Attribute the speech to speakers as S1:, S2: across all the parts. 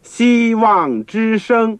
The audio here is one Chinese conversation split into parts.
S1: 希望之声。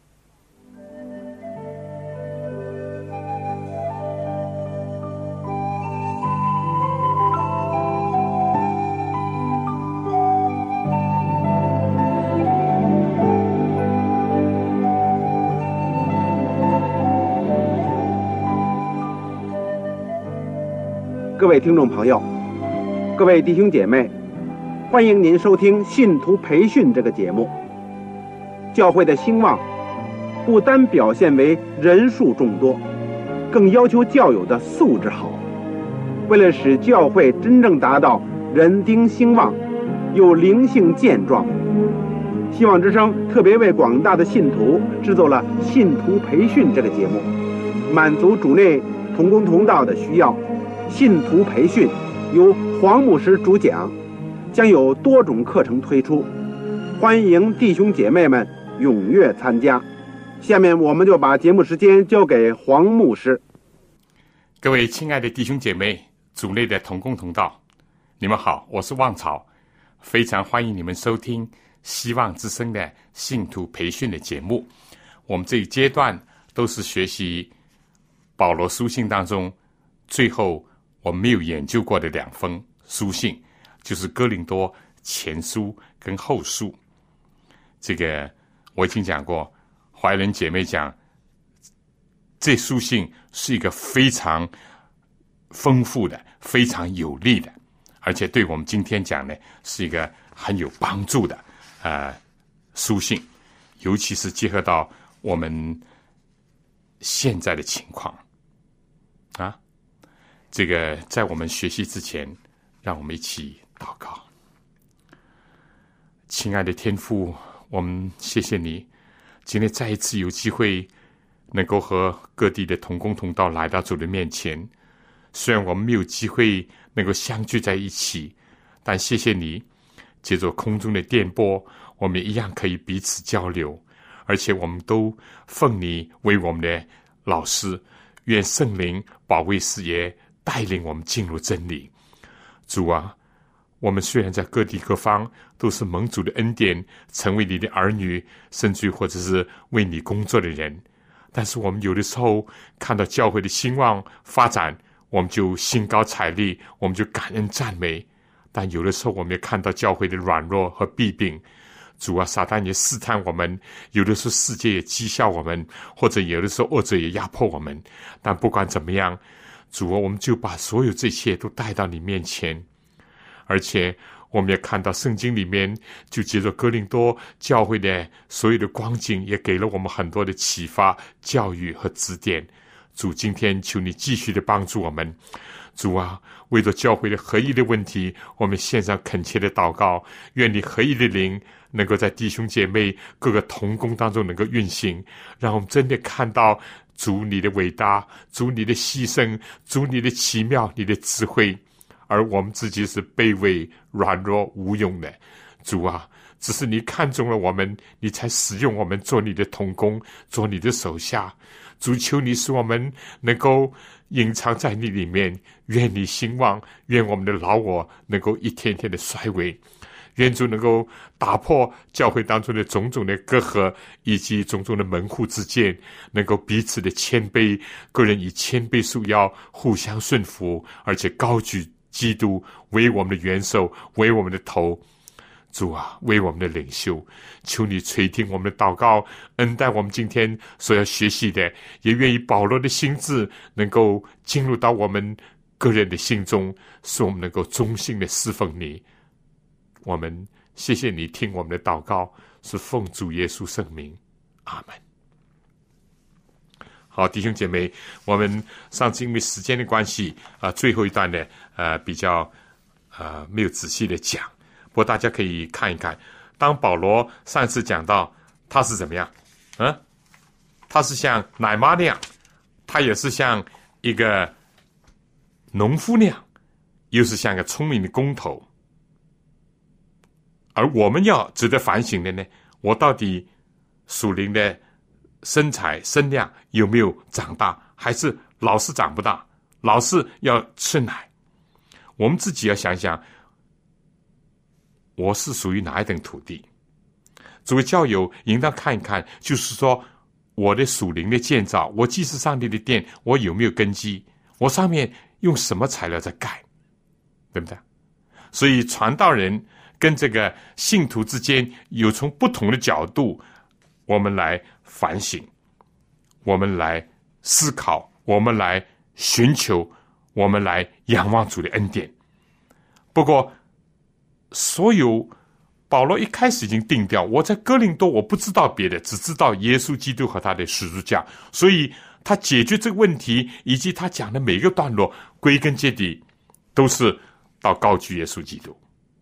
S1: 各位听众朋友，各位弟兄姐妹，欢迎您收听信徒培训这个节目。教会的兴旺不单表现为人数众多，更要求教友的素质好。为了使教会真正达到人丁兴旺又灵性健壮，希望之声特别为广大的信徒制作了信徒培训这个节目，满足主内同工同道的需要。信徒培训由黄牧师主讲，将有多种课程推出，欢迎弟兄姐妹们踊跃参加。下面我们就把节目时间交给黄牧师。
S2: 各位亲爱的弟兄姐妹，主内的同工同道，你们好，我是旺草，非常欢迎你们收听希望之声的信徒培训的节目。我们这一阶段都是学习保罗书信当中最后我们没有研究过的两封书信，就是哥林多前书跟后书。这个我已经讲过，怀仁姐妹讲这书信是一个非常丰富的、非常有力的，而且对我们今天讲呢是一个很有帮助的书信，尤其是结合到我们现在的情况啊。这个在我们学习之前，让我们一起祷告。亲爱的天父，我们谢谢你，今天再一次有机会能够和各地的同工同道来到主的面前。虽然我们没有机会能够相聚在一起，但谢谢你，借着空中的电波，我们一样可以彼此交流，而且我们都奉你为我们的老师，愿圣灵保卫师爷带领我们进入真理。主啊，我们虽然在各地各方都是蒙主的恩典，成为你的儿女，甚至或者是为你工作的人，但是我们有的时候看到教会的兴旺发展，我们就兴高采烈，我们就感恩赞美。但有的时候我们也看到教会的软弱和弊病。主啊，撒旦也试探我们，有的时候世界也讥笑我们，或者有的时候恶者也压迫我们。但不管怎么样，主啊，我们就把所有这些都带到你面前。而且我们也看到圣经里面，就借着哥林多教会的所有的光景，也给了我们很多的启发、教育和指点。主，今天求你继续的帮助我们。主啊，为着教会的合一的问题，我们献上恳切的祷告，愿你合一的灵能够在弟兄姐妹各个同工当中能够运行，让我们真的看到主你的伟大，主你的牺牲，主你的奇妙，你的智慧，而我们自己是卑微、软弱、无用的。主啊，只是你看中了我们，你才使用我们做你的同工，做你的手下。主，求你使我们能够隐藏在你里面，愿你兴旺，愿我们的老我能够一天天的衰微，愿主能够打破教会当中的种种的隔阂，以及种种的门户之见，能够彼此的谦卑，个人以谦卑束腰，互相顺服，而且高举基督为我们的元首，为我们的头。主啊，为我们的领袖，求你垂听我们的祷告，恩待我们今天所要学习的，也愿意保罗的心志能够进入到我们个人的心中，使我们能够忠心的侍奉你。我们谢谢你听我们的祷告，是奉主耶稣圣名，阿们。好，弟兄姐妹，我们上次因为时间的关系最后一段呢比较没有仔细的讲，不过大家可以看一看，当保罗上次讲到他是怎么样他是像乃缁那样，他也是像一个农夫那样，又是像一个聪明的工头。而我们要值得反省的呢，我到底属灵的身材身量有没有长大，还是老是长不大，老是要吃奶？我们自己要想想，我是属于哪一等土地？ 作为教友应当看一看，就是说我的属灵的建造，我既是上帝的殿，我有没有根基？我上面用什么材料在盖，对不对？所以传道人跟这个信徒之间有从不同的角度，我们来反省，我们来思考，我们来寻求，我们来仰望主的恩典。不过所有保罗一开始已经定调，我在哥林多我不知道别的，只知道耶稣基督和他的十字架，所以他解决这个问题以及他讲的每一个段落，归根结底都是到高举耶稣基督。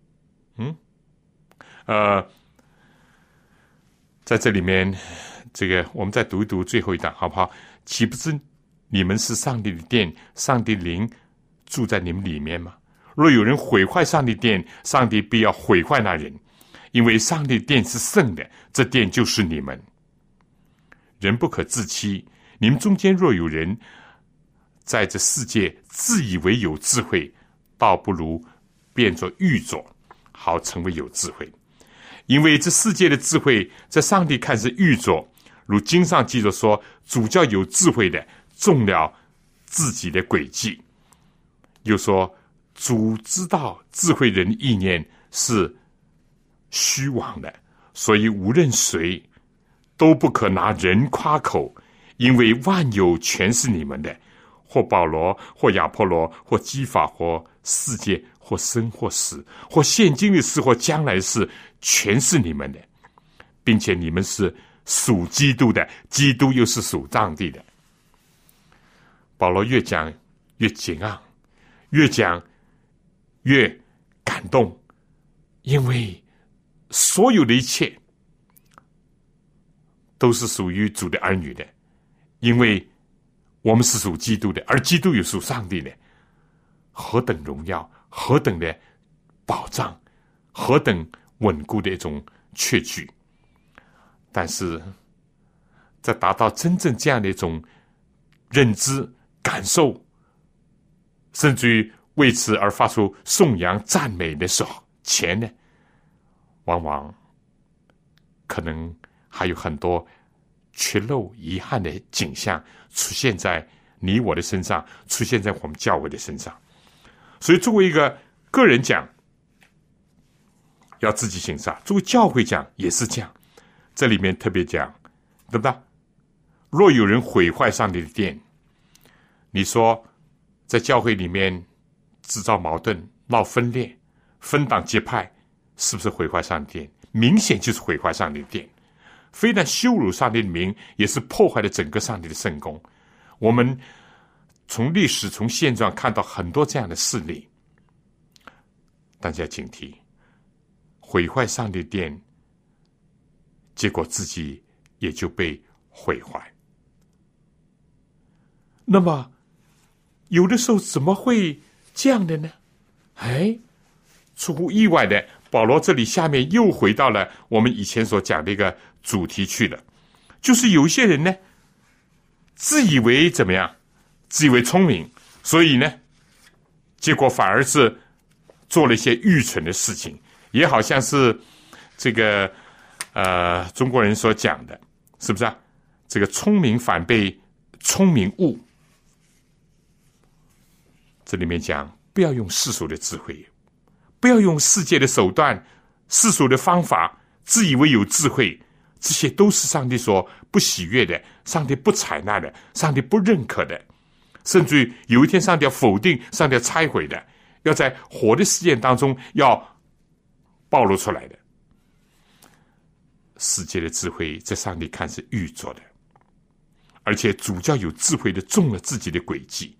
S2: 在这里面，这个我们再读一读最后一段好不好？岂不知你们是上帝的殿，上帝灵住在你们里面吗？若有人毁坏上帝殿，上帝必要毁坏那人，因为上帝殿是圣的，这殿就是你们。人不可自欺，你们中间若有人在这世界自以为有智慧，倒不如变作愚拙，好成为有智慧。因为这世界的智慧在上帝看是愚拙，如经上记着说，主叫有智慧的中了自己的诡计。又说主知道智慧人意念是虚妄的，所以无论谁都不可拿人夸口，因为万有全是你们的，或保罗，或亚波罗，或基法，或世界，或生或死，或现今的事，或将来的事，全是你们的，并且你们是属基督的，基督又是属上帝的。保罗越讲越紧昂，越讲越感动，因为所有的一切都是属于主的儿女的，因为我们是属基督的，而基督又属上帝的，何等荣耀，何等的保障，何等稳固的一种确据。但是在达到真正这样的一种认知感受，甚至于为此而发出颂扬赞美的时候前呢，往往可能还有很多缺漏遗憾的景象出现在你我的身上，出现在我们教会的身上。所以作为一个个人讲要自己省察，作为教会讲也是这样。这里面特别讲，对不对？若有人毁坏上帝的殿，你说在教会里面制造矛盾、闹分裂、分党结派，是不是毁坏上帝殿？明显就是毁坏上帝的殿，非但羞辱上帝的名，也是破坏了整个上帝的圣工。我们从历史、从现状看到很多这样的事例，大家警惕，毁坏上帝的殿，结果自己也就被毁坏。那么有的时候怎么会这样的呢？出乎意外的，保罗这里下面又回到了我们以前所讲的一个主题去了，就是有些人呢自以为怎么样，自以为聪明，所以呢结果反而是做了一些愚蠢的事情，也好像是这个中国人所讲的，是不是啊？这个聪明反被聪明误。这里面讲，不要用世俗的智慧，不要用世界的手段、世俗的方法，自以为有智慧，这些都是上帝所不喜悦的，上帝不采纳的，上帝不认可的，甚至于有一天上帝要否定，上帝要拆毁的，要在活的事件当中要暴露出来的。世界的智慧在上帝看是愚拙的，而且主教有智慧的中了自己的诡计。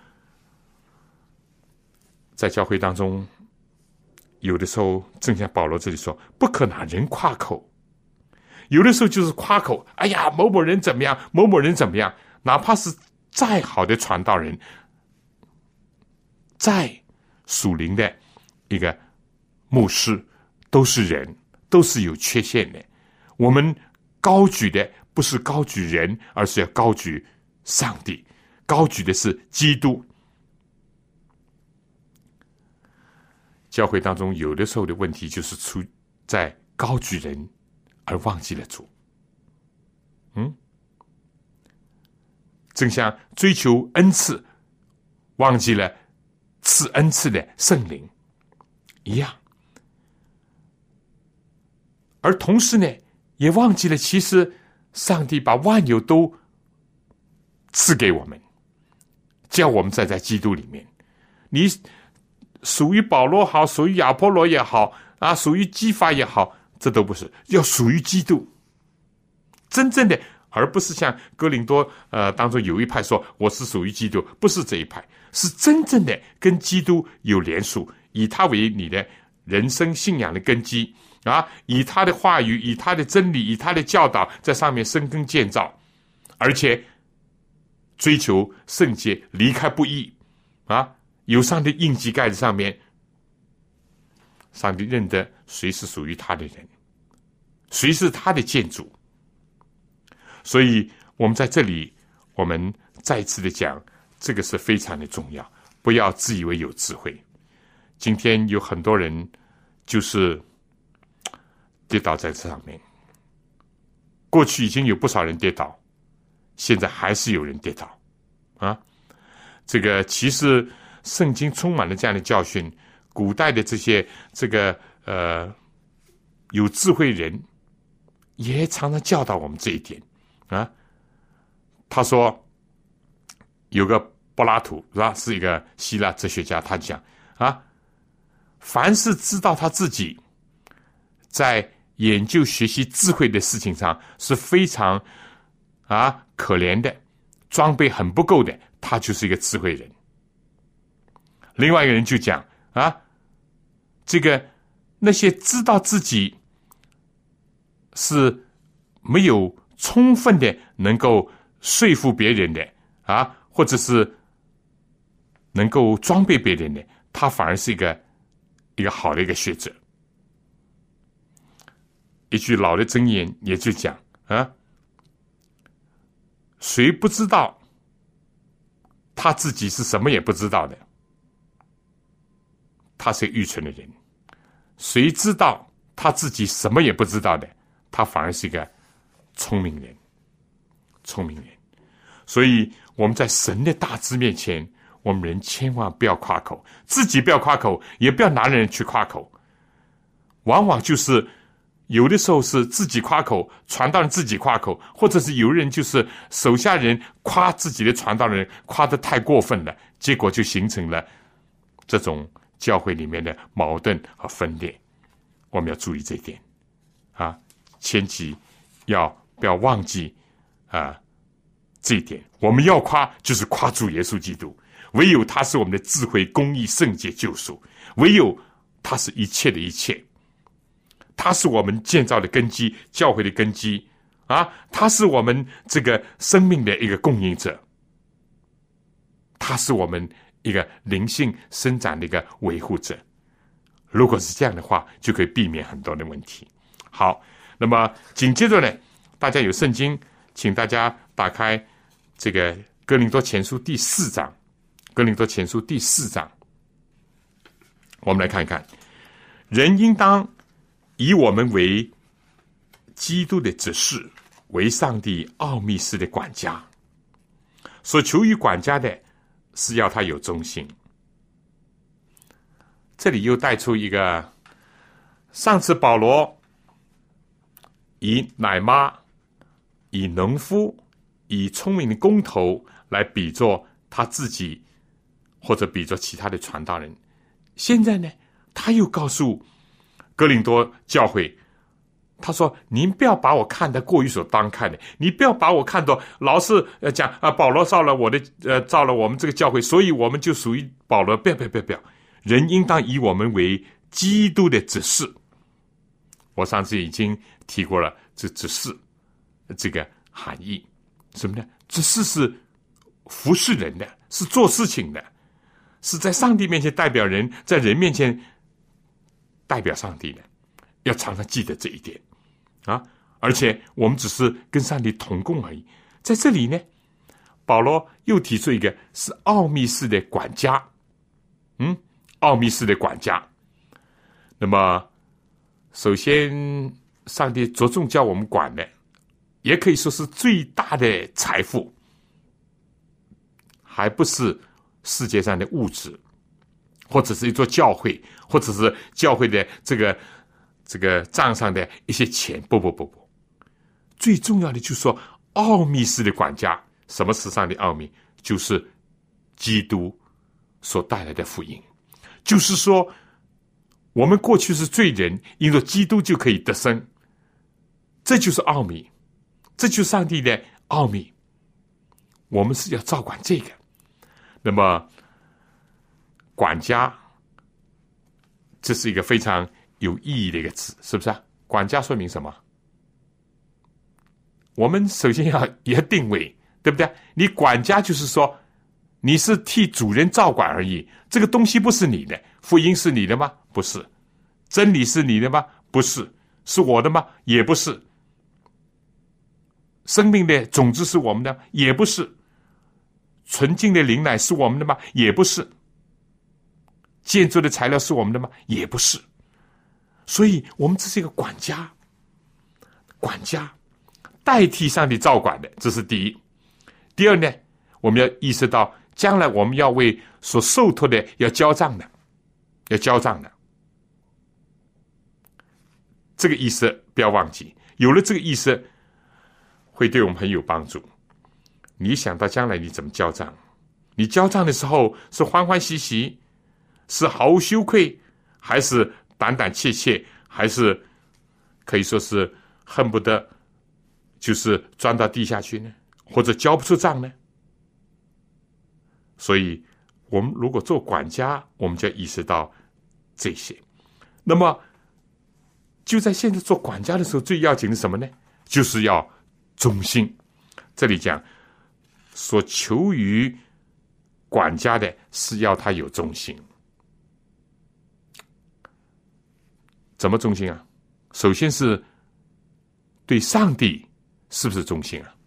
S2: 在教会当中，有的时候正像保罗这里说，不可拿人夸口，有的时候就是夸口，哎呀，某某人怎么样，某某人怎么样，哪怕是再好的传道人，再属灵的一个牧师，都是人，都是有缺陷的。我们高举的不是高举人，而是要高举上帝，高举的是基督。教会当中有的时候的问题就是出在高举人， 而忘记了主。正像追求恩赐，忘记了赐恩赐的圣灵一样。而同时呢，也忘记了其实上帝把万有都赐给我们，叫我们在基督里面。你属于保罗好，属于亚波罗也好啊，属于基法也好，这都不是，要属于基督，真正的，而不是像哥林多当中有一派说我是属于基督，不是这一派，是真正的跟基督有联属，以他为你的人生信仰的根基啊，以他的话语，以他的真理，以他的教导在上面生根建造，而且追求圣洁，离开不义啊，有上帝印记盖在上面，上帝认得谁是属于他的人，谁是他的建筑。所以我们在这里，我们再次的讲，这个是非常的重要，不要自以为有智慧。今天有很多人就是跌倒在这上面，过去已经有不少人跌倒，现在还是有人跌倒啊！这个其实圣经充满了这样的教训，古代的这些有智慧人也常常教导我们这一点啊。他说有个柏拉图是吧，是一个希腊哲学家，他讲啊，凡是知道他自己在研究学习智慧的事情上是非常可怜的，装备很不够的，他就是一个智慧人。另外一个人就讲那些知道自己是没有充分的能够说服别人的或者是能够装备别人的，他反而是一个好的一个学者。一句老的箴言也就讲谁不知道他自己是什么也不知道的，他是愚蠢的人；谁知道他自己什么也不知道的，他反而是一个聪明人。所以我们在神的大知面前，我们人千万不要夸口，自己不要夸口，也不要拿人去夸口。往往就是有的时候是自己夸口，传道人自己夸口，或者是有人就是手下人夸自己的传道人，夸得太过分了，结果就形成了这种教会里面的矛盾和分裂。我们要注意这一点千祈不要忘记这一点。我们要夸就是夸主耶稣基督，唯有他是我们的智慧、公义、圣洁、救赎，唯有他是一切的一切，他是我们建造的根基，教会的根基他是我们这个生命的一个供应者，他是我们一个灵性生长的一个维护者。如果是这样的话，就可以避免很多的问题。好，那么紧接着呢，大家有圣经，请大家打开这个哥林多前书第4章。哥林多前书第4章，我们来看一看，人应当以我们为基督的执事，为上帝奥秘事的管家。所求于管家的，是要他有忠心。这里又带出一个，上次保罗以奶妈、以农夫、以聪明的工头来比作他自己，或者比作其他的传道人。现在呢，他又告诉哥林多教会，他说：您不要把我看得过于所当看的，你不要把我看到老是讲保罗造了我们这个教会，所以我们就属于保罗。不要，人应当以我们为基督的执事。我上次已经提过了，这执事这个含义什么呢？执事是服侍人的，是做事情的，是在上帝面前代表人，在人面前代表上帝的。要常常记得这一点而且我们只是跟上帝同工而已。在这里呢，保罗又提出一个是奥秘式的管家，奥秘式的管家。那么首先上帝着重叫我们管的，也可以说是最大的财富，还不是世界上的物质，或者是一座教会，或者是教会的这个账上的一些钱。不，最重要的就是说奥秘式的管家。什么是上帝奥秘？就是基督所带来的福音。就是说我们过去是罪人，因着基督就可以得生，这就是奥秘，这就是上帝的奥秘。我们是要照管这个。那么管家，这是一个非常有意义的一个词，是不是啊？管家说明什么？我们首先要定位，对不对？你管家就是说你是替主人照管而已，这个东西不是你的。福音是你的吗？不是。真理是你的吗？不是。是我的吗？也不是。生命的种子是我们的？也不是。纯净的灵奶是我们的吗？也不是。建筑的材料是我们的吗？也不是。所以我们这是一个管家，管家代替上帝照管的，这是第一。第二呢，我们要意识到将来我们要为所受托的要交账的，要交账的。这个意思不要忘记，有了这个意思会对我们很有帮助。你想到将来你怎么交账？你交账的时候是欢欢喜喜，是毫无羞愧，还是胆胆怯怯，还是可以说是恨不得就是钻到地下去呢？或者交不出账呢？所以我们如果做管家，我们就要意识到这些。那么就在现在做管家的时候，最要紧的是什么呢？就是要忠心。这里讲所求于管家的是要他有忠心。怎么忠心啊？首先是对上帝是不是忠心啊？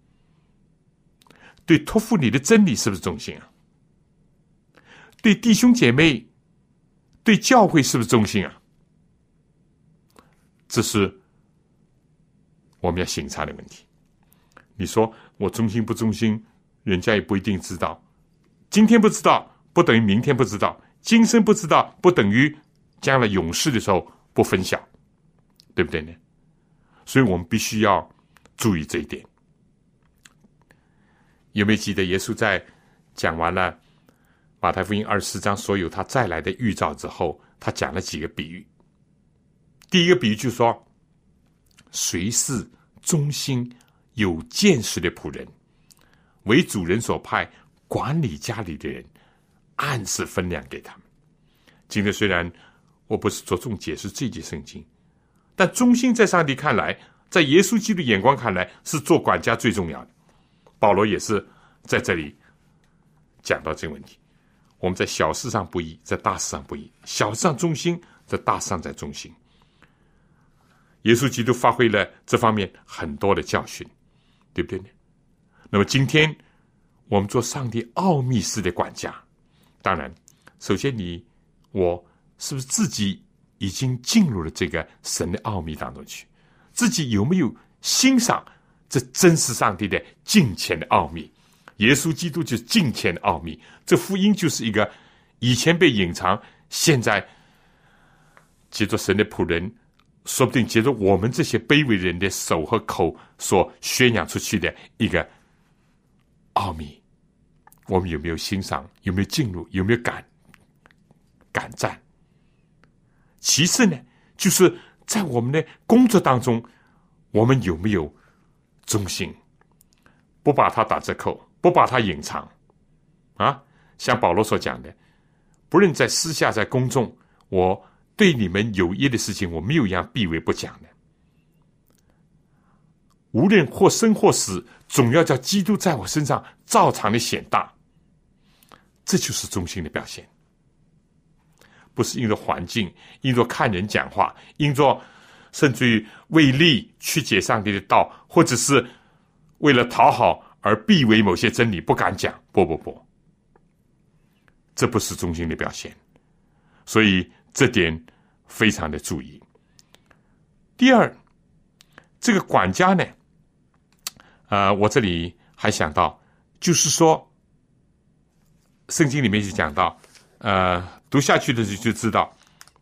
S2: 对托付你的真理是不是忠心啊？对弟兄姐妹、对教会是不是忠心啊？这是我们要省察的问题。你说我忠心不忠心，人家也不一定知道。今天不知道，不等于明天不知道；今生不知道，不等于将来永世的时候不分享，对不对呢？所以我们必须要注意这一点。有没有记得耶稣在讲完了马太福音24章所有他再来的预兆之后，他讲了几个比喻。第一个比喻就是说，谁是忠心有见识的仆人，为主人所派，管理家里的人，按时分粮给他们。今天虽然我不是着重解释这节圣经，但忠心在上帝看来，在耶稣基督眼光看来，是做管家最重要的。保罗也是在这里讲到这个问题。我们在小事上不义，在大事上不义；小事上忠心，在大事上在忠心。耶稣基督发挥了这方面很多的教训，对不对呢？那么今天我们做上帝奥秘式的管家，当然首先你我是不是自己已经进入了这个神的奥秘当中去？自己有没有欣赏这真是上帝的敬虔的奥秘？耶稣基督就是敬虔的奥秘，这福音就是一个以前被隐藏，现在借着神的仆人，说不定借着我们这些卑微人的手和口所宣扬出去的一个奥秘。我们有没有欣赏？有没有进入？有没有感赞？其次呢，就是在我们的工作当中，我们有没有忠心，不把它打折扣，不把它隐藏啊？像保罗所讲的，不论在私下在公众，我对你们有益的事情，我没有一样避讳不讲的。无论或生或死，总要叫基督在我身上照常的显大。这就是忠心的表现，不是因着环境，因着看人讲话，因着甚至于为利曲解上帝的道，或者是为了讨好而避讳某些真理不敢讲。不，这不是忠心的表现。所以这点非常的注意。 第二，这个管家呢，我这里还想到，就是说，圣经里面就讲到，读下去的就知道，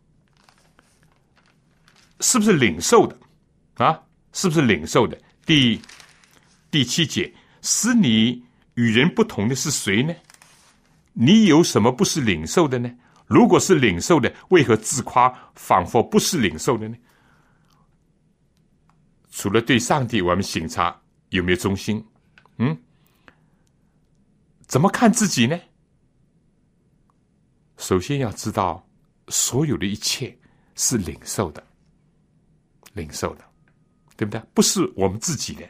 S2: 是不是领受的啊？是不是领受的？第7节，使你与人不同的是谁呢？你有什么不是领受的呢？如果是领受的，为何自夸，仿佛不是领受的呢？除了对上帝我们省察有没有忠心，怎么看自己呢？首先要知道，所有的一切是领受的，领受的，对不对？不是我们自己的，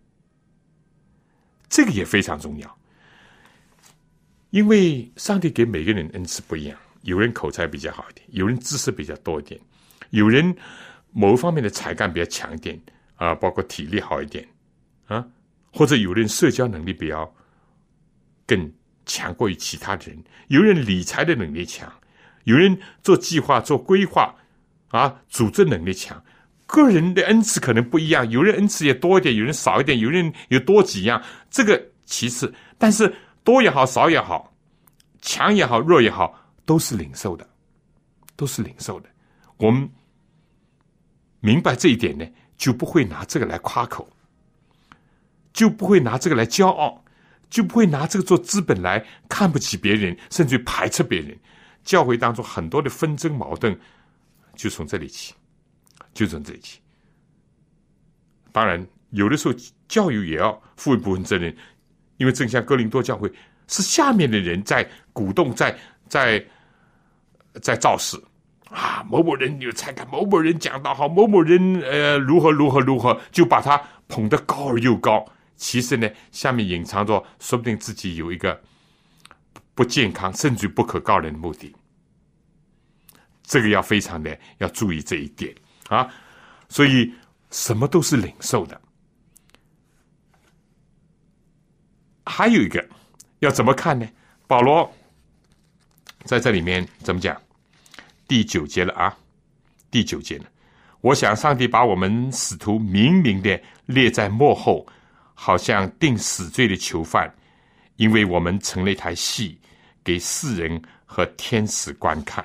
S2: 这个也非常重要。因为上帝给每个人恩赐不一样，有人口才比较好一点，有人知识比较多一点，有人某一方面的才干比较强一点包括体力好一点或者有人社交能力比较更强过于其他的人，有人理财的能力强，有人做计划做规划组织能力强。个人的恩赐可能不一样，有人恩赐也多一点，有人少一点，有人有多几样，这个其次，但是多也好，少也好，强也好，弱也好，都是领受的，都是领受的。我们明白这一点呢，就不会拿这个来夸口，就不会拿这个来骄傲，就不会拿这个做资本来看不起别人，甚至排斥别人。教会当中很多的纷争矛盾就从这里起，当然有的时候教育也要负一部分责任，因为正像哥林多教会是下面的人在鼓动，在造势某某人有才干，某某人讲得好，某某人如何，就把他捧得高而又高。其实呢，下面隐藏着说不定自己有一个不健康甚至不可告人的目的。这个要非常的要注意这一点所以什么都是领受的。还有一个要怎么看呢？保罗在这里面怎么讲？第9节了第9节了。我想上帝把我们使徒明明的列在末后，好像定死罪的囚犯，因为我们成了一台戏，给世人和天使观看。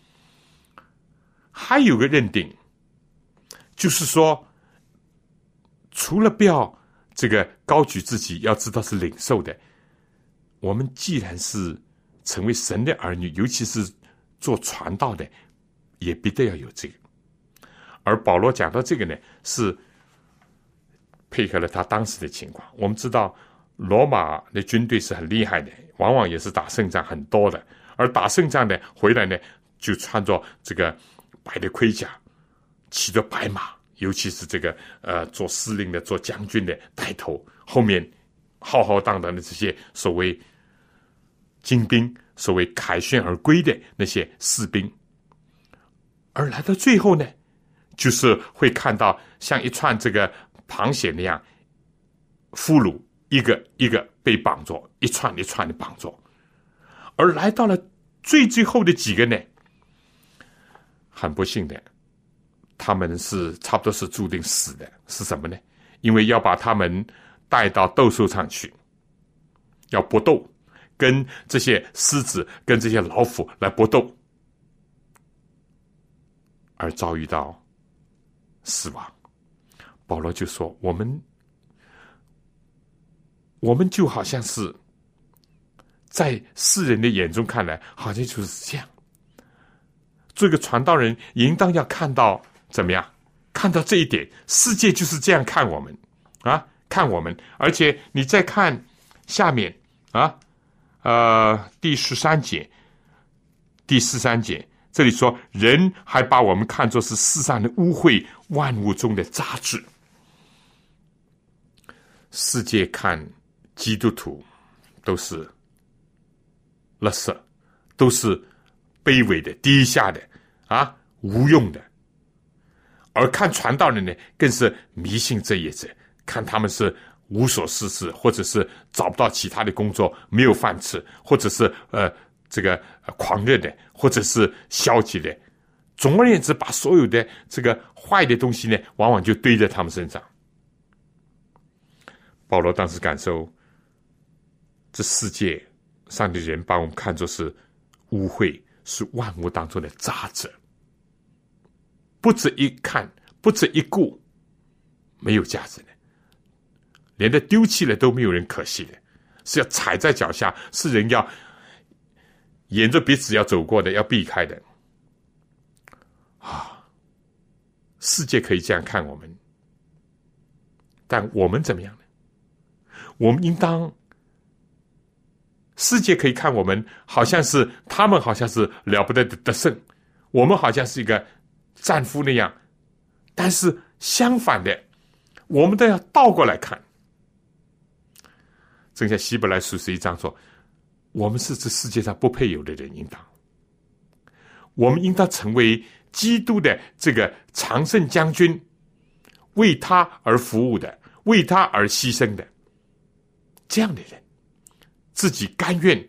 S2: 还有个认定，就是说，除了不要这个高举自己，要知道是领受的。我们既然是成为神的儿女，尤其是做传道的，也必定要有这个。而保罗讲到这个呢，是配合了他当时的情况。我们知道罗马的军队是很厉害的，往往也是打胜仗很多的，而打胜仗的回来呢，就穿着这个白的盔甲，骑着白马，尤其是这个做司令的、做将军的带头，后面浩浩荡荡的这些所谓精兵，所谓凯旋而归的那些士兵。而来到最后呢，就是会看到像一串这个螃蟹那样，俘虏一个一个被绑着，一串一串的绑着。而来到了最后的几个呢，很不幸的，他们是差不多是注定死的。是什么呢？因为要把他们带到斗兽场去，要搏斗，跟这些狮子跟这些老虎来搏斗，而遭遇到死亡。保罗就说，我们就好像是在世人的眼中看来，好像就是这样。做一个传道人，应当要看到怎么样？看到这一点，世界就是这样看我们看我们。而且你再看下面第13节、第13节，这里说，人还把我们看作是世上的污秽，万物中的杂质。世界看基督徒都是垃圾，都是卑微的、低下的无用的。而看传道人呢，更是迷信这一者，看他们是无所事事，或者是找不到其他的工作，没有饭吃，或者是这个狂热的，或者是消极的， 总而言之，把所有的这个坏的东西呢，往往就堆在他们身上。保罗当时感受，这世界上的人把我们看作是污秽，是万物当中的渣滓，不值一看，不值一顾，没有价值的，连的丢弃了都没有人可惜的，是要踩在脚下，是人要沿着彼此要走过的，要避开的。世界可以这样看我们，但我们怎么样呢？我们应当，世界可以看我们，好像是他们好像是了不得的得胜，我们好像是一个战俘那样，但是相反的，我们都要倒过来看。正像希伯来书11章说，我们是这世界上不配有的人，我们应当成为基督的这个常胜将军，为他而服务的，为他而牺牲的，这样的人，自己甘愿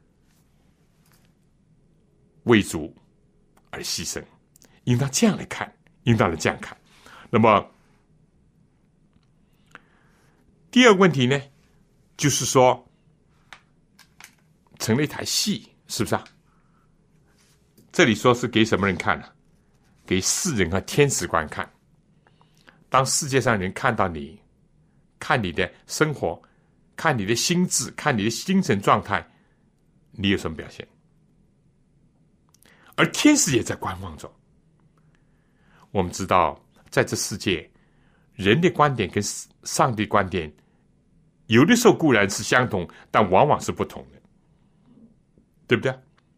S2: 为主而牺牲，应当这样来看，应当来这样看。那么第二个问题呢，就是说成了一台戏，是不是啊？这里说是给什么人看呢？给世人和天使观看。当世界上人看到你，看你的生活，看你的心智，看你的精神状态，你有什么表现？而天使也在观望着。我们知道，在这世界，人的观点跟上帝观点，有的时候固然是相同，但往往是不同的，对不对？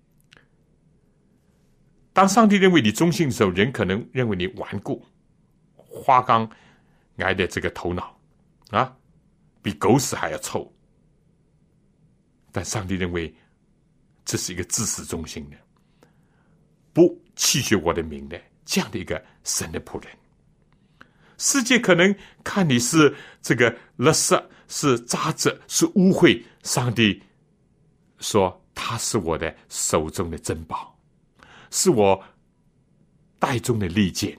S2: 当上帝认为你忠心的时候，人可能认为你顽固、花岗癌的这个头脑啊，比狗屎还要臭。但上帝认为这是一个至死忠心的，不弃绝我的名的这样的一个神的仆人。世界可能看你是这个垃圾，是渣滓，是污秽，上帝说他是我的手中的珍宝，是我袋中的利剑。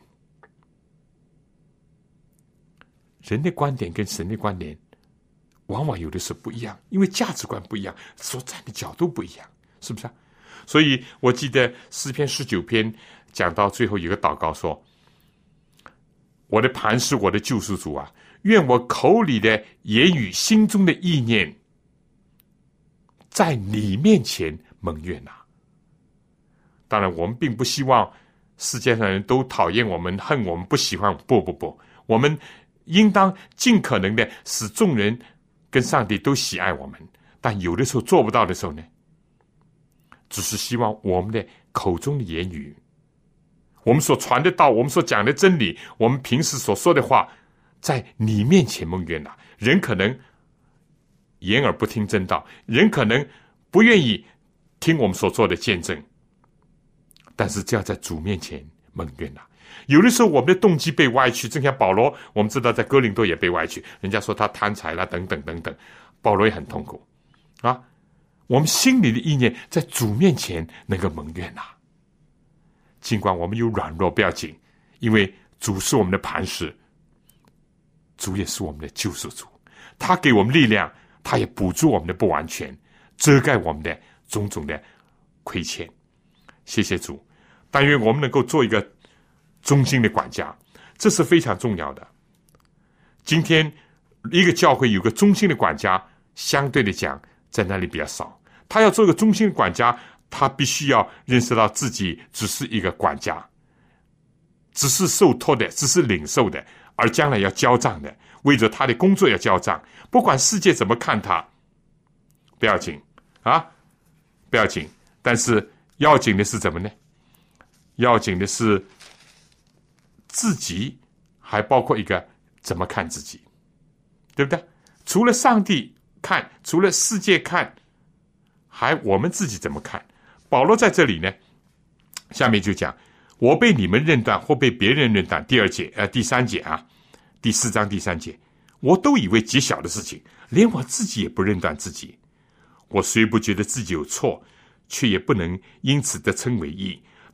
S2: 人的观点跟神的观点往往有的时候不一样，因为价值观不一样，所站的角度不一样，是不是啊？所以我记得诗篇19篇讲到最后一个祷告说，我的磐石，我的救赎主啊，愿我口里的言语，心中的意念，在你面前蒙悦纳。当然我们并不希望世界上人都讨厌我们，恨我们，不喜欢我们，不，我们应当尽可能的使众人跟上帝都喜爱我们。但有的时候做不到的时候呢，只是希望我们的口中的言语，我们所传的道，我们所讲的真理，我们平时所说的话，在你面前蒙悦纳。人可能言而不听真道，人可能不愿意听我们所做的见证，但是这要在主面前蒙悦纳。有的时候我们的动机被歪曲，正像保罗，我们知道在哥林多也被歪曲，人家说他贪财啦，等等等等，保罗也很痛苦啊。我们心里的意念在主面前能够蒙悦纳，尽管我们有软弱，不要紧，因为主是我们的磐石，主也是我们的救赎主，他给我们力量，他也补助我们的不完全，遮盖我们的种种的亏欠。谢谢主，但愿我们能够做一个忠心的管家，这是非常重要的。今天一个教会有个忠心的管家，相对的讲在那里比较少。他要做一个忠心的管家，他必须要认识到自己只是一个管家，只是受托的，只是领受的，而将来要交账的，为着他的工作要交账。不管世界怎么看他，不要紧啊，不要紧。但是要紧的是什么呢？要紧的是自己，还包括一个怎么看自己，对不对？除了上帝看，除了世界看，还我们自己怎么看？保罗在这里呢，下面就讲，我被你们认断或被别人认断，第三节啊，第4章第3节，我都以为极小的事情，连我自己也不认断自己。我虽不觉得自己有错，却也不能因此得称为义。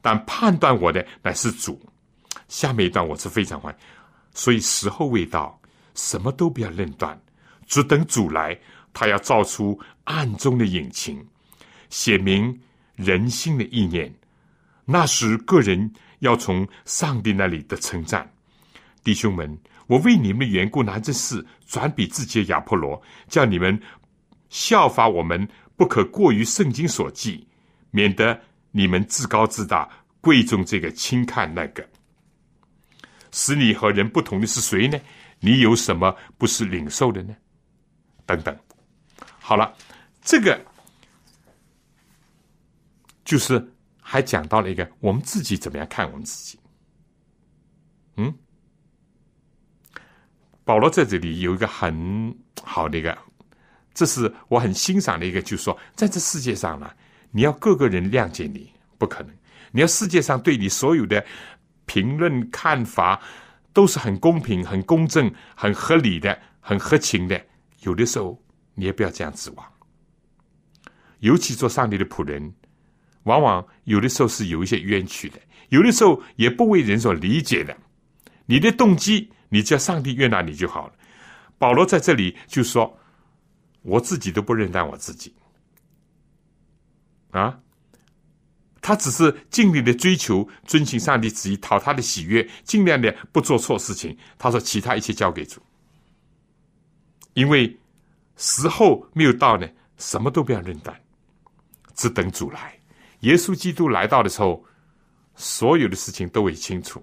S2: 但判断我的乃是主。下面一段我是非常欢，所以时候未到，什么都不要论断，只等主来，他要照出暗中的隐情，写明人心的意念。那时个人要从上帝那里的称赞。弟兄们，我为你们的缘故拿这事转比自己的亚波罗，叫你们效法我们，不可过于圣经所记，免得你们自高自大，贵重这个轻看那个。使你和人不同的是谁呢？你有什么不是领受的呢？等等。好了，这个就是还讲到了一个我们自己怎么样看我们自己。保罗在这里有一个很好的一个，这是我很欣赏的一个，就是说在这世界上呢，你要各个人谅解你不可能，你要世界上对你所有的评论看法都是很公平很公正很合理的很合情的，有的时候你也不要这样指望。尤其做上帝的仆人，往往有的时候是有一些冤屈的，有的时候也不为人所理解的，你的动机你只要上帝悦纳你就好了。保罗在这里就说，我自己都不认同我自己啊，他只是尽力的追求遵行上帝旨意，讨他的喜悦，尽量的不做错事情。他说其他一切交给主，因为时候没有到呢，什么都不要认同，只等主来。耶稣基督来到的时候，所有的事情都会清楚。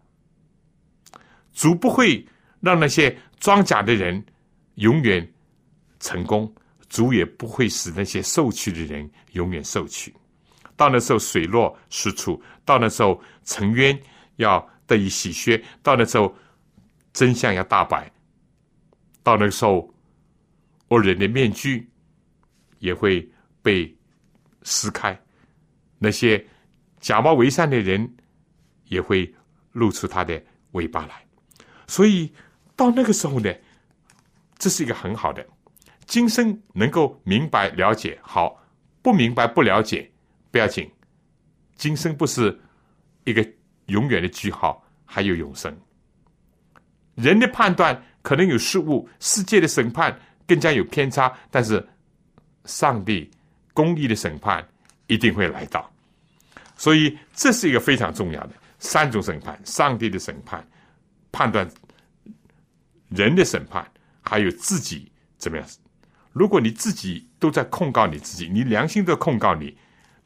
S2: 主不会让那些装假的人永远成功，主也不会使那些受屈的人永远受屈。到那时候水落石出，到那时候沉冤要得以洗削，到那时候真相要大白，到那个时候恶人的面具也会被撕开，那些假冒为善的人也会露出他的尾巴来。所以到那个时候呢，这是一个很好的，今生能够明白了解好，不明白不了解不要紧，今生不是一个永远的句号，还有永生。人的判断可能有失误，世界的审判更加有偏差，但是上帝公义的审判一定会来到。所以这是一个非常重要的三种审判：上帝的审判、判断人的审判，还有自己怎么样。如果你自己都在控告你自己，你良心都控告你，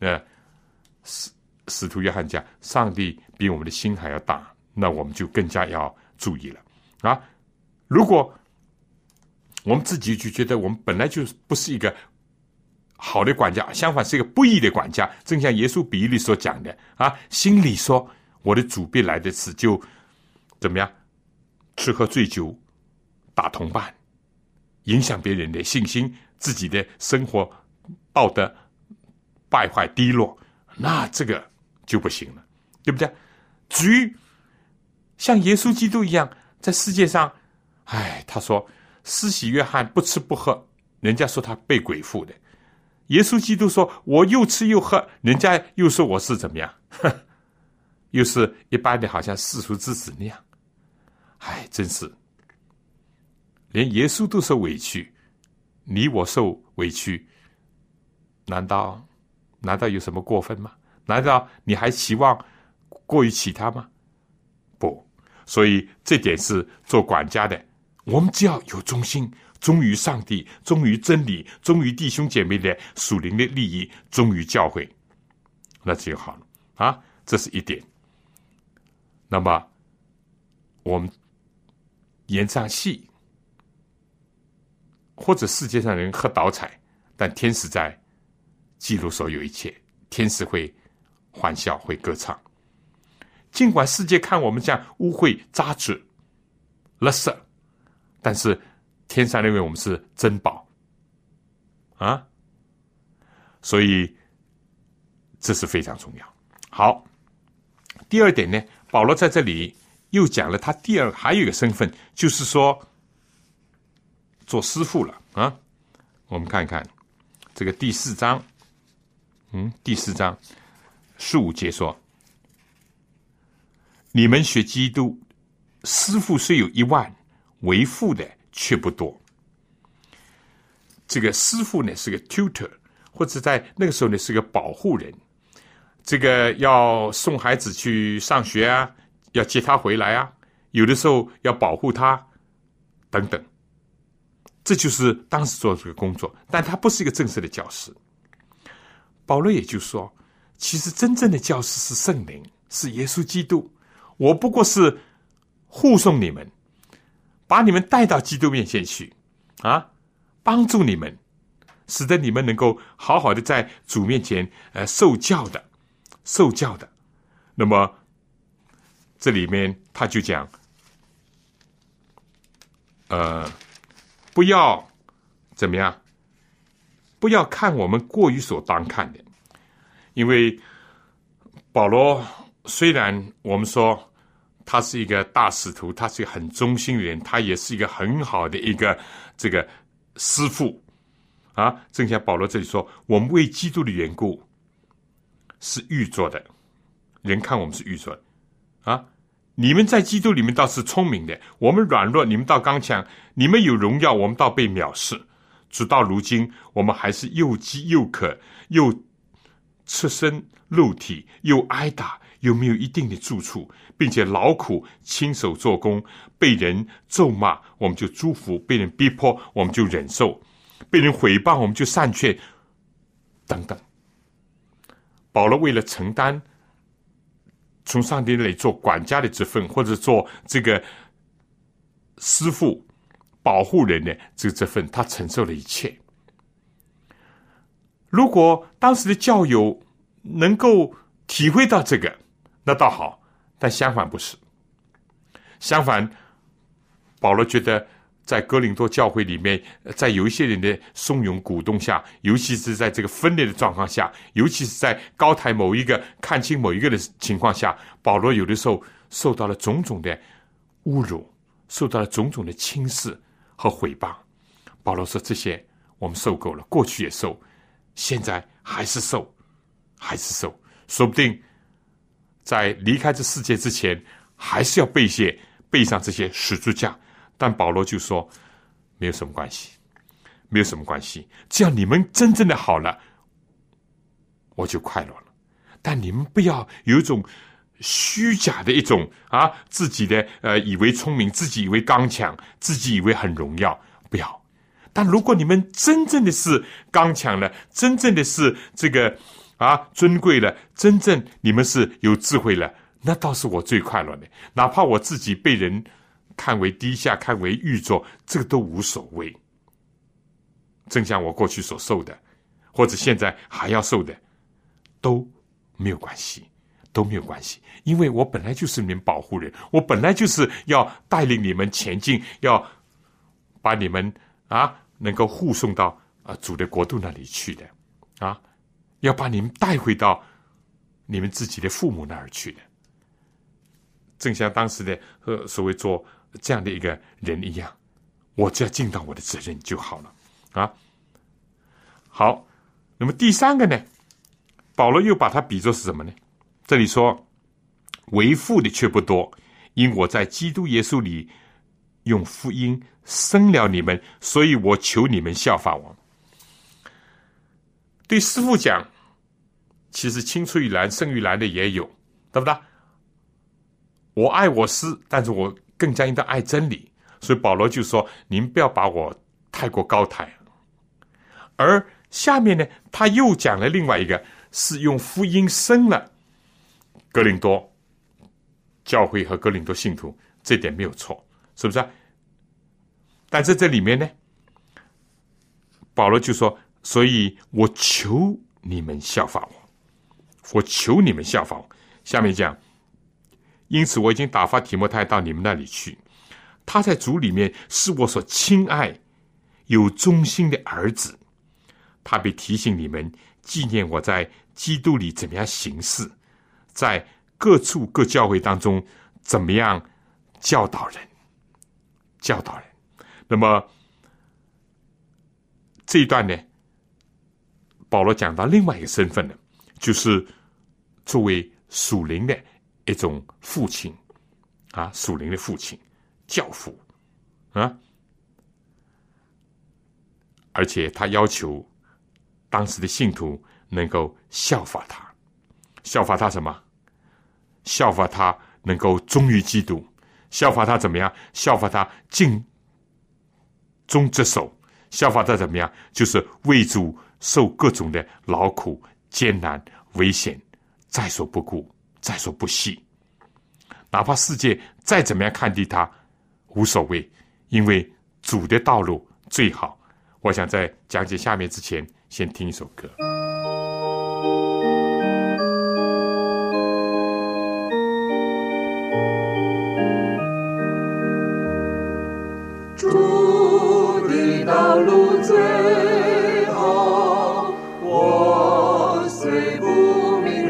S2: 使徒约翰讲，上帝比我们的心还要大，那我们就更加要注意了啊！如果我们自己就觉得我们本来就不是一个好的管家，相反是一个不义的管家，正像耶稣比喻里所讲的啊，心里说我的主必来的时就怎么样，吃喝醉酒，打同伴，影响别人的信心，自己的生活道德败坏低落，那这个就不行了，对不对？至于像耶稣基督一样在世界上，他说施洗约翰不吃不喝，人家说他被鬼附的。耶稣基督说我又吃又喝，人家又说我是怎么样，又是一般的好像世俗之子那样。真是连耶稣都受委屈，你我受委屈，难道有什么过分吗？难道你还期望过于其他吗？不，所以这点是做管家的，我们只要有忠心，忠于上帝，忠于真理，忠于弟兄姐妹的属灵的利益，忠于教会，那就好了啊！这是一点。那么我们演场戏，或者世界上人喝倒彩，但天使在记录所有一切，天使会欢笑，会歌唱。尽管世界看我们像污秽、渣滓、垃圾，但是天上认为我们是珍宝啊！所以这是非常重要。好，第二点呢，保罗在这里又讲了他还有一个身份，就是说做师傅了啊。我们看看这个第4章，第4章15节说， 你们学基督，师傅虽有10000，为父的却不多。这个师傅呢是个 tutor， 或者在那个时候呢是个保护人，这个要送孩子去上学啊，要接他回来啊，有的时候要保护他等等，这就是当时做这个工作，但他不是一个正式的教师。保罗也就说，其实真正的教师是圣灵，是耶稣基督，我不过是护送你们，把你们带到基督面前去啊，帮助你们，使得你们能够好好的在主面前受教的。那么这里面他就讲不要怎么样，不要看我们过于所当看的。因为保罗虽然我们说他是一个大使徒，他是一个很忠心的人，他也是一个很好的一个这个师傅啊。正像保罗这里说，我们为基督的缘故是愚拙的，人看我们是愚拙的啊。你们在基督里面倒是聪明的，我们软弱，你们倒刚强；你们有荣耀，我们倒被藐视。直到如今，我们还是又饥又渴，又赤身露体，又挨打，又没有一定的住处，并且劳苦亲手做工，被人咒骂我们就祝福，被人逼迫我们就忍受，被人毁谤我们就善劝，等等。保罗为了承担从上帝那里做管家的职分，或者做这个师傅保护人的这个职分，他承受了一切。如果当时的教友能够体会到这个，那倒好，但相反不是。相反，保罗觉得在哥林多教会里面，在有一些人的怂恿鼓动下，尤其是在这个分裂的状况下，尤其是在高抬某一个看轻某一个的情况下，保罗有的时候受到了种种的侮辱，受到了种种的轻视和毁谤。保罗说，这些我们受够了，过去也受，现在还是受，说不定在离开这世界之前，还是要背上这些十字架。但保罗就说，没有什么关系，只要你们真正的好了，我就快乐了。但你们不要有一种虚假的一种自己的以为聪明，自己以为刚强，自己以为很荣耀，不要。但如果你们真正的是刚强了，真正的是这个尊贵了，真正你们是有智慧了，那倒是我最快乐的。哪怕我自己被人看为低下，看为愚拙，这个都无所谓。正像我过去所受的，或者现在还要受的，都没有关系，因为我本来就是你们保护人，我本来就是要带领你们前进，要把你们能够护送到主的国度那里去的要把你们带回到你们自己的父母那儿去的。正像当时的所谓做这样的一个人一样，我只要尽到我的责任就好了好，那么第三个呢，保罗又把它比作是什么呢？这里说，为父的却不多，因我在基督耶稣里用福音生了你们，所以我求你们效法我。对师父讲，其实青出于蓝胜于蓝的也有，对不对？我爱我师，但是我更加应当爱真理。所以保罗就说，您不要把我太过高抬。而下面呢，他又讲了另外一个，是用福音生了哥林多教会和哥林多信徒，这点没有错，是不是？但在这里面呢，保罗就说，所以我求你们效法我，下面讲，因此我已经打发提摩太到你们那里去，他在主里面是我所亲爱有忠心的儿子，他必提醒你们纪念我在基督里怎么样行事，在各处各教会当中怎么样教导人。那么这一段呢，保罗讲到另外一个身份呢，就是作为属灵的一种父亲属灵的父亲、教父啊，而且他要求当时的信徒能够效法他，效法他什么？效法他能够忠于基督，效法他怎么样？效法他尽忠职守，效法他怎么样？就是为主受各种的劳苦、艰难、危险，在所不顾，在所不惜。哪怕世界再怎么样看低他，无所谓，因为主的道路最好。我想在讲解下面之前，先听一首歌。
S3: 主的道路最好，我虽不明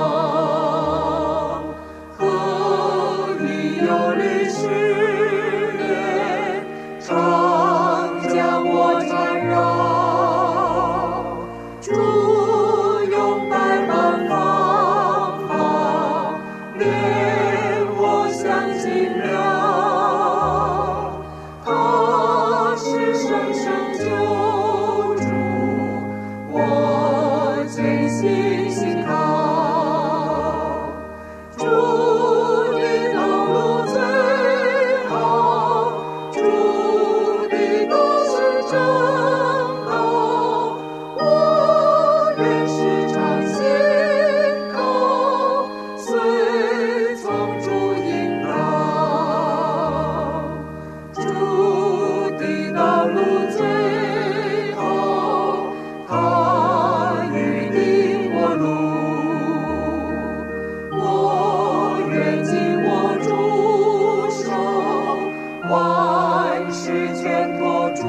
S3: 了，可以有律师也常将我缠绕。主用百般方法，令我相信了。生生救主，我坚信信靠。主的道路最好，主的道是正道，我愿时常信靠，随从主引导。主道路最好，他预定我路，我愿紧握主手，万事全托主。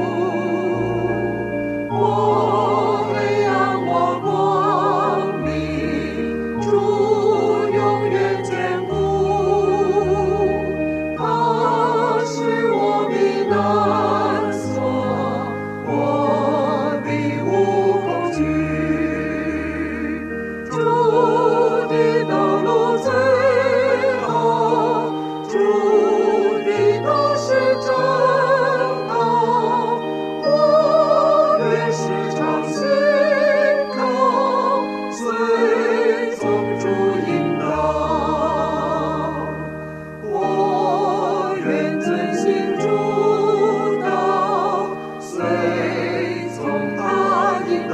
S3: 我黑暗我光明，主永远眷顾，他是我避难所，我必无恐惧。主的道路最好，主的道是正道，我愿时常信靠，随从主引导。我愿遵行主道，随从他引导。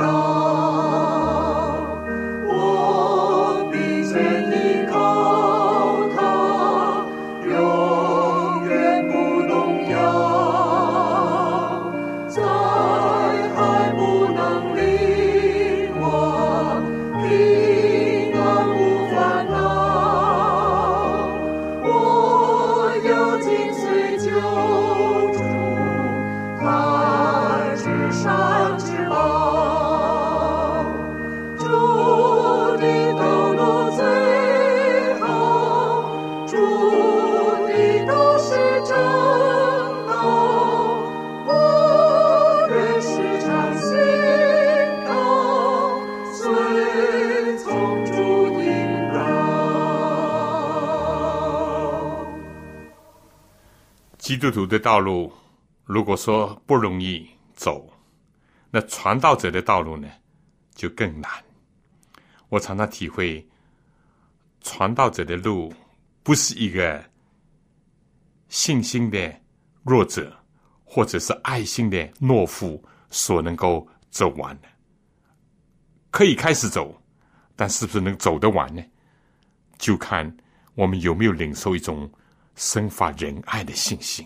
S3: 我必全依靠他，永远不动摇。灾害不能临我，平安无烦恼。我要紧随救主，他至善至宝。主的道路最好，主的道是正道，我愿时常信靠，随从主引导。
S2: 基督徒的道路，如果说不容易走，那传道者的道路呢，就更难。我常常体会，传道者的路不是一个信心的弱者，或者是爱心的懦夫所能够走完的。可以开始走，但是不是能走得完呢？就看我们有没有领受一种生发仁爱的信心。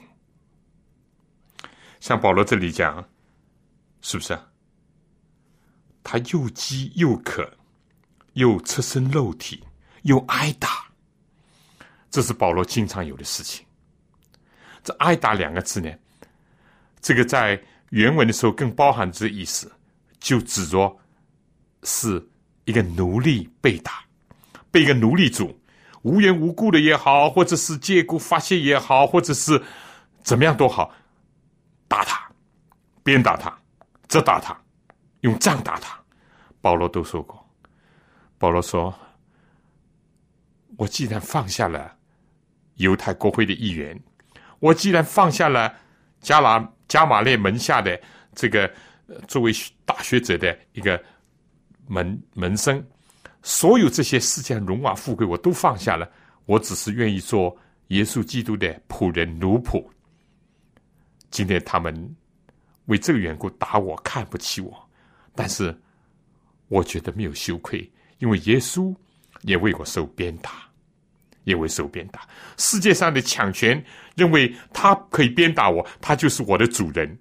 S2: 像保罗这里讲，是不是啊？他又饥又渴，又赤身肉体，又挨打，这是保罗经常有的事情。这挨打两个字呢，这个在原文的时候更包含这意思，就指着是一个奴隶被打，被一个奴隶主无缘无故的也好，或者是借故发泄也好，或者是怎么样都好，打他，鞭打他，责打他，用杖打他。保罗都说过，保罗说，我既然放下了犹太国会的议员，我既然放下了加马列门下的这个作为大学者的一个门生，所有这些世界荣华富贵我都放下了，我只是愿意做耶稣基督的仆人奴仆。今天他们为这个缘故打我，看不起我，但是我觉得没有羞愧，因为耶稣也为我受鞭打，也为受鞭打。世界上的强权认为他可以鞭打我，他就是我的主人，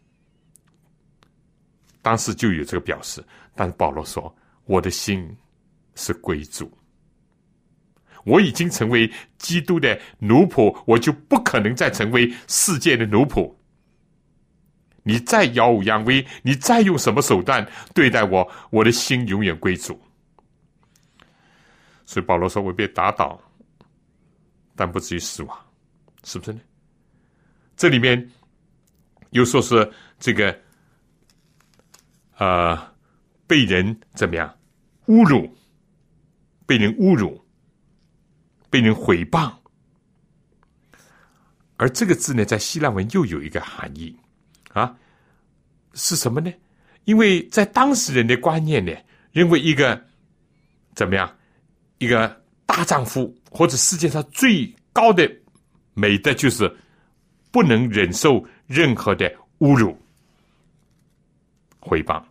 S2: 当时就有这个表示。但是保罗说，我的心是归主，我已经成为基督的奴仆，我就不可能再成为世界的奴仆。你再耀武扬威，你再用什么手段对待我，我的心永远归主。所以保罗说，我被打倒，但不至于死亡，是不是呢？这里面又说是这个被人怎么样侮辱，被人侮辱，被人毁谤。而这个字呢，在希腊文又有一个含义是什么呢？因为在当时人的观念呢，认为一个怎么样，一个大丈夫或者世界上最高的美德，就是不能忍受任何的侮辱、毁谤。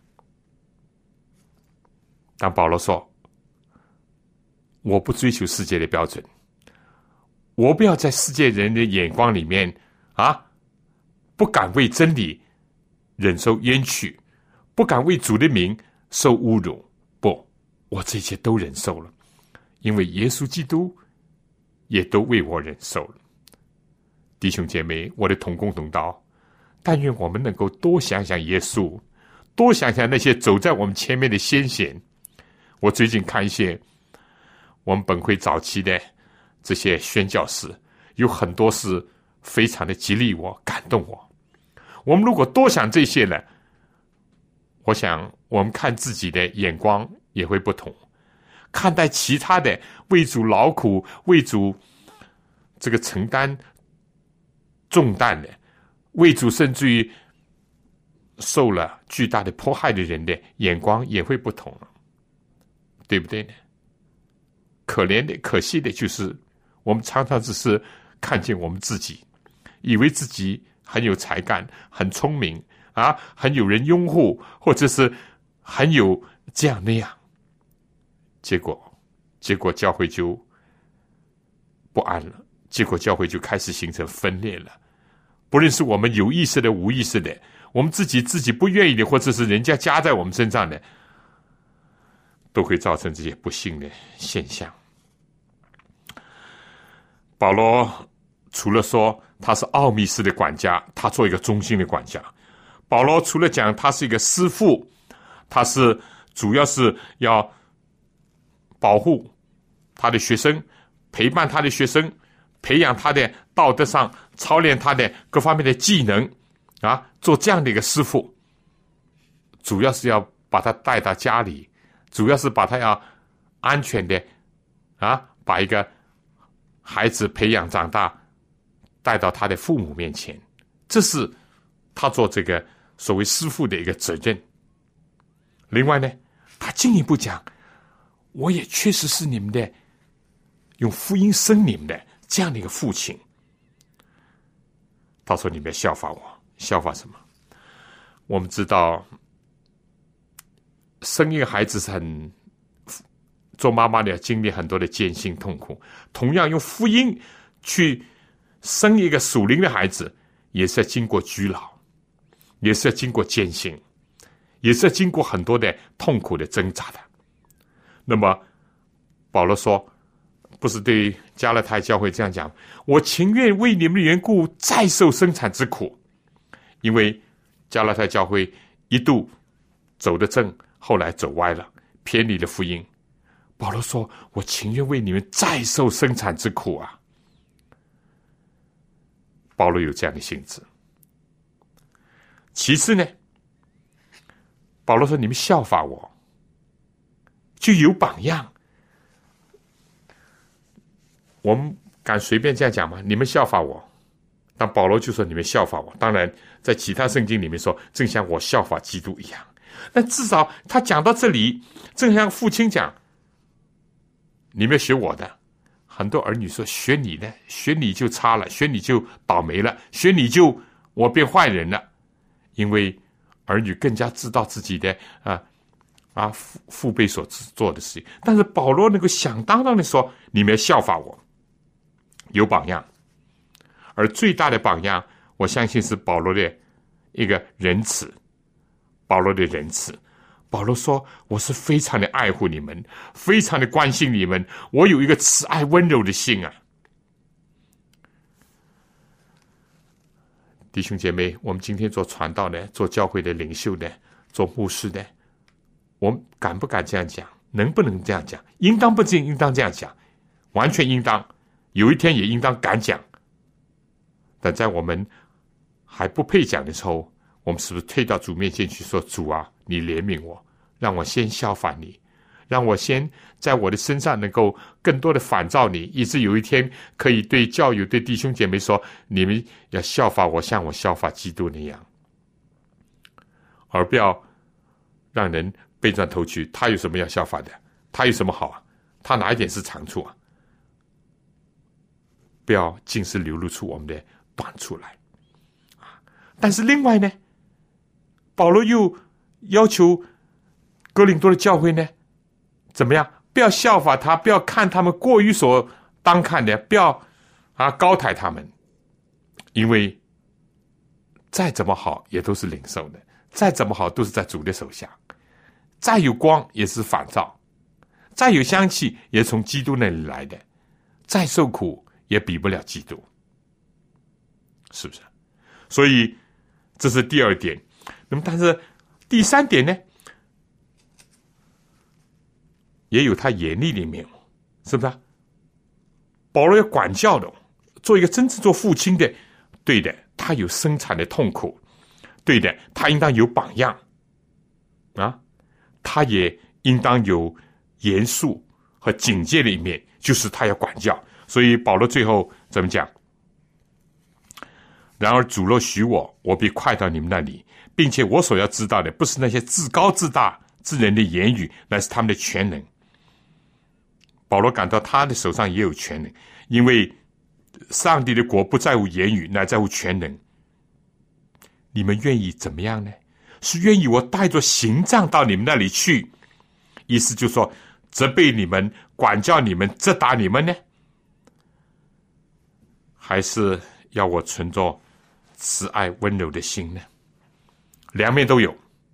S2: 但保罗说，我不追求世界的标准，我不要在世界人的眼光里面不敢为真理忍受冤屈，不敢为主的名受侮辱。不，我这些都忍受了，因为耶稣基督也都为我忍受了。弟兄姐妹，我的同工同道，但愿我们能够多想想耶稣，多想想那些走在我们前面的先贤。我最近看一些我们本会早期的这些宣教士，有很多是非常的激励我、感动我。我们如果多想这些呢，我想我们看自己的眼光也会不同，看待其他的为主劳苦、为主这个承担重担的、为主甚至于受了巨大的迫害的人的眼光也会不同，对不对呢？可怜的、可惜的就是我们常常只是看见我们自己，以为自己很有才干、很聪明很有人拥护，或者是很有这样那样，结果教会就不安了，结果教会就开始形成分裂了。不论是我们有意识的、无意识的，我们自己不愿意的，或者是人家加在我们身上的，都会造成这些不幸的现象。保罗除了说他是奥秘式的管家，他做一个忠心的管家。保罗除了讲他是一个师父，他是主要是要保护他的学生，陪伴他的学生，培养他的道德上，操练他的各方面的技能做这样的一个师父，主要是要把他带到家里，主要是把他要安全的把一个孩子培养长大，带到他的父母面前，这是他做这个所谓师父的一个责任。另外呢，他进一步讲，我也确实是你们的用福音生你们的这样的一个父亲。他说，你们要效法我。效法什么？我们知道生一个孩子是做妈妈的要经历很多的艰辛痛苦，同样用福音去生一个属灵的孩子，也是要经过劬劳，也是要经过艰辛，也是要经过很多的痛苦的挣扎的。那么保罗说，不是对加拉太教会这样讲，我情愿为你们的缘故再受生产之苦。因为加拉太教会一度走得正，后来走歪了，偏离了福音。保罗说，我情愿为你们再受生产之苦啊。保罗有这样的性质。其次呢，保罗说，你们效法我，就有榜样。我们敢随便这样讲吗？你们效法我。但保罗就说你们效法我。当然在其他圣经里面说，正像我效法基督一样。但至少他讲到这里，正像父亲讲，你们学我的。很多儿女说，学你的，学你就差了，学你就倒霉了，学你就我变坏人了。因为儿女更加知道自己的父辈所做的事情。但是保罗能够响当当的说，你们效法我，有榜样。而最大的榜样，我相信是保罗的一个仁慈。保罗的仁慈，保罗说，我是非常的爱护你们，非常的关心你们，我有一个慈爱温柔的心啊。弟兄姐妹，我们今天做传道的，做教会的领袖的，做牧师的，我们敢不敢这样讲？能不能这样讲？应当不应当这样讲？完全应当，有一天也应当敢讲。但在我们还不配讲的时候，我们是不是退到主面前去说，主啊，你怜悯我，让我先效法你，让我先在我的身上能够更多的反照你，以致有一天可以对教友对弟兄姐妹说，你们要效法我，像我效法基督那样，而不要让人背转头去，他有什么要效法的？他有什么好啊？他哪一点是长处啊？不要尽是流露出我们的短处来。但是另外呢，保罗又要求哥林多的教会呢，怎么样？不要效法他，不要看他们过于所当看的，不要高抬他们，因为再怎么好也都是领受的，再怎么好都是在主的手下，再有光也是反照，再有香气也从基督那里来的，再受苦也比不了基督，是不是？所以这是第二点。那么但是第三点呢，也有他严厉的一面，是不是？保罗要管教的，做一个真正做父亲的，对的，他有生产的痛苦，对的，他应当有榜样啊，他也应当有严肃和警戒的一面，就是他要管教。所以保罗最后怎么讲？然而主若许我，我必快到你们那里，并且我所要知道的，不是那些自高自大之人的言语，乃是他们的全能。保罗感到他的手上也有全能，因为上帝的国不在乎言语，乃在乎全能。你们愿意怎么样呢？是愿意我带着刑杖到你们那里去，意思就是说责备你们，管教你们，责打你们呢？还是要我存着慈爱温柔的心呢？两面都有。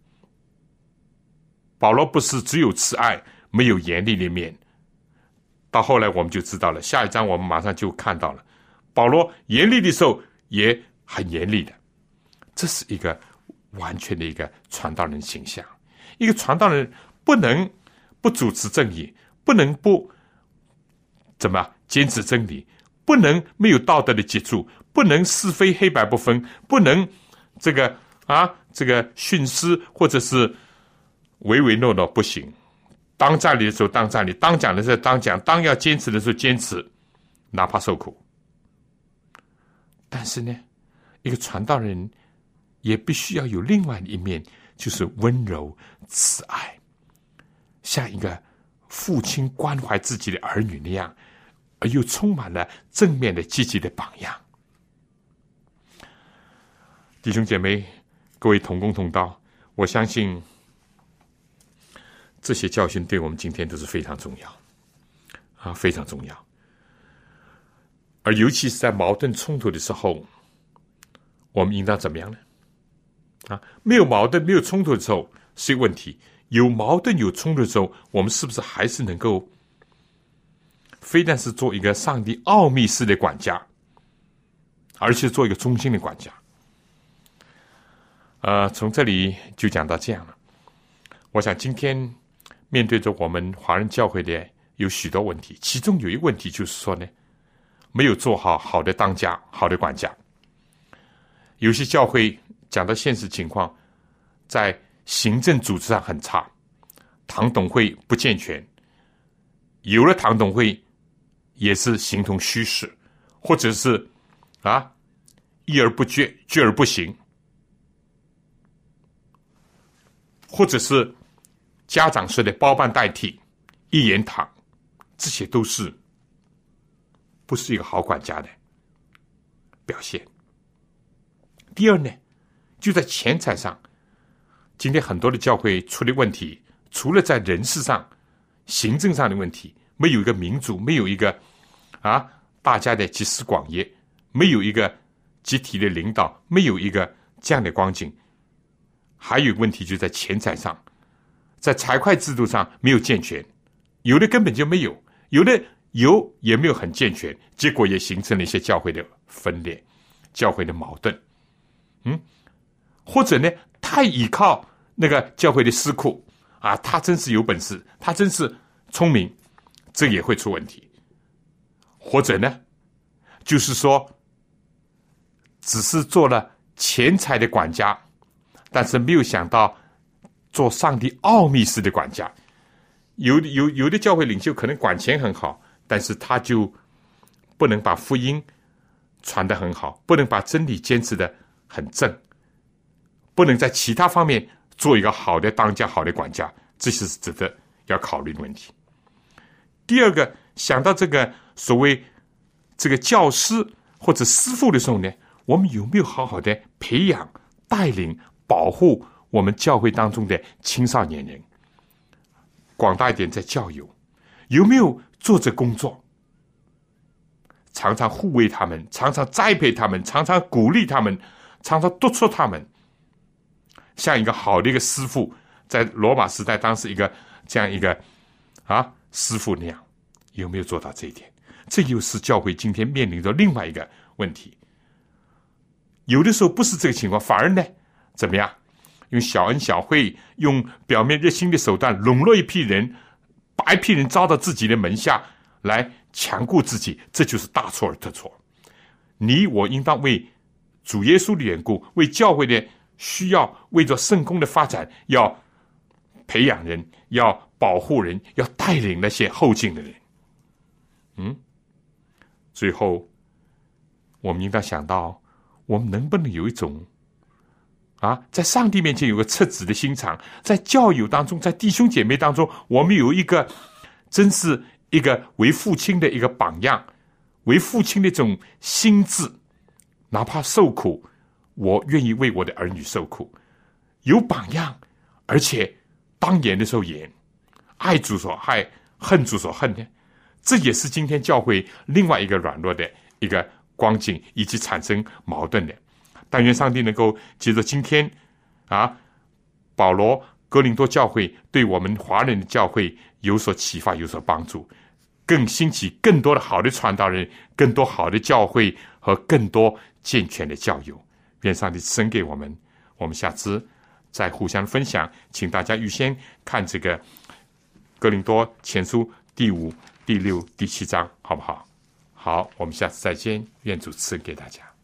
S2: 保罗不是只有慈爱，没有严厉的面。到后来我们就知道了，下一章我们马上就看到了，保罗严厉的时候也很严厉的。这是一个完全的一个传道人形象。一个传道人不能不主持正义，不能不坚持真理，不能没有道德的接触，不能是非黑白不分，不能这个徇私或者是唯唯诺诺，不行。当站立的时候当站立，当讲的时候当讲，当要坚持的时候坚持，哪怕受苦。但是呢，一个传道人也必须要有另外的一面，就是温柔慈爱，像一个父亲关怀自己的儿女那样，而又充满了正面的积极的榜样。弟兄姐妹，各位同工同道，我相信这些教训对我们今天都是非常重要非常重要。而尤其是在矛盾冲突的时候，我们应当怎么样呢？没有矛盾没有冲突的时候是一个问题，有矛盾有冲突的时候，我们是不是还是能够非但是做一个上帝奥秘式的管家，而且做一个忠心的管家？从这里就讲到这样了。我想今天面对着我们华人教会的有许多问题，其中有一个问题就是说呢，没有做好好的当家，好的管家。有些教会讲到现实情况，在行政组织上很差，堂董会不健全，有了堂董会也是形同虚设， 或者是议而不决，决而不行，或者是家长式的包办代替、一言堂，这些都是不是一个好管家的表现。第二呢，就在钱财上，今天很多的教会出的问题，除了在人事上、行政上的问题，没有一个民主，没有一个大家的集思广益，没有一个集体的领导，没有一个这样的光景。还有问题就在钱财上，在财会制度上没有健全，有的根本就没有，有的有也没有很健全，结果也形成了一些教会的分裂、教会的矛盾。或者呢，太依靠那个教会的司库他真是有本事，他真是聪明，这也会出问题。或者呢，就是说只是做了钱财的管家，但是没有想到做上帝奥秘式的管家。有的教会领袖可能管钱很好，但是他就不能把福音传得很好，不能把真理坚持得很正，不能在其他方面做一个好的当家、好的管家，这是值得要考虑的问题。第二个，想到这个所谓这个教师或者师父的时候呢，我们有没有好好的培养、带领、保护我们教会当中的青少年人？广大一点，在教友有没有做这工作？常常护卫他们，常常栽培他们，常常鼓励他们，常常督促他们，像一个好的一个师父，在罗马时代当时这样一个师父那样，有没有做到这一点？这又是教会今天面临着另外一个问题。有的时候不是这个情况，反而呢，怎么样？用小恩小惠，用表面热心的手段笼络一批人，把一批人招到自己的门下来强固自己，这就是大错而特错。你我应当为主耶稣的缘故，为教会的需要，为着圣工的发展，要培养人，要保护人，要带领那些后进的人。最后我们应当想到，我们能不能有一种在上帝面前有个赤子的心肠，在教友当中，在弟兄姐妹当中，我们有一个真是一个为父亲的一个榜样，为父亲的这种心智，哪怕受苦，我愿意为我的儿女受苦，有榜样，而且当言的时候言，爱主所爱，恨主所恨呢？这也是今天教会另外一个软弱的一个光景，以及产生矛盾的。但愿上帝能够借着今天保罗哥林多教会对我们华人的教会有所启发，有所帮助，更兴起更多的好的传道人，更多好的教会和更多健全的教友。愿上帝赐恩给我们，我们下次再互相分享。请大家预先看这个哥林多前书第5、第6、第7章，好不好？好，我们下次再见，愿主赐恩给大家。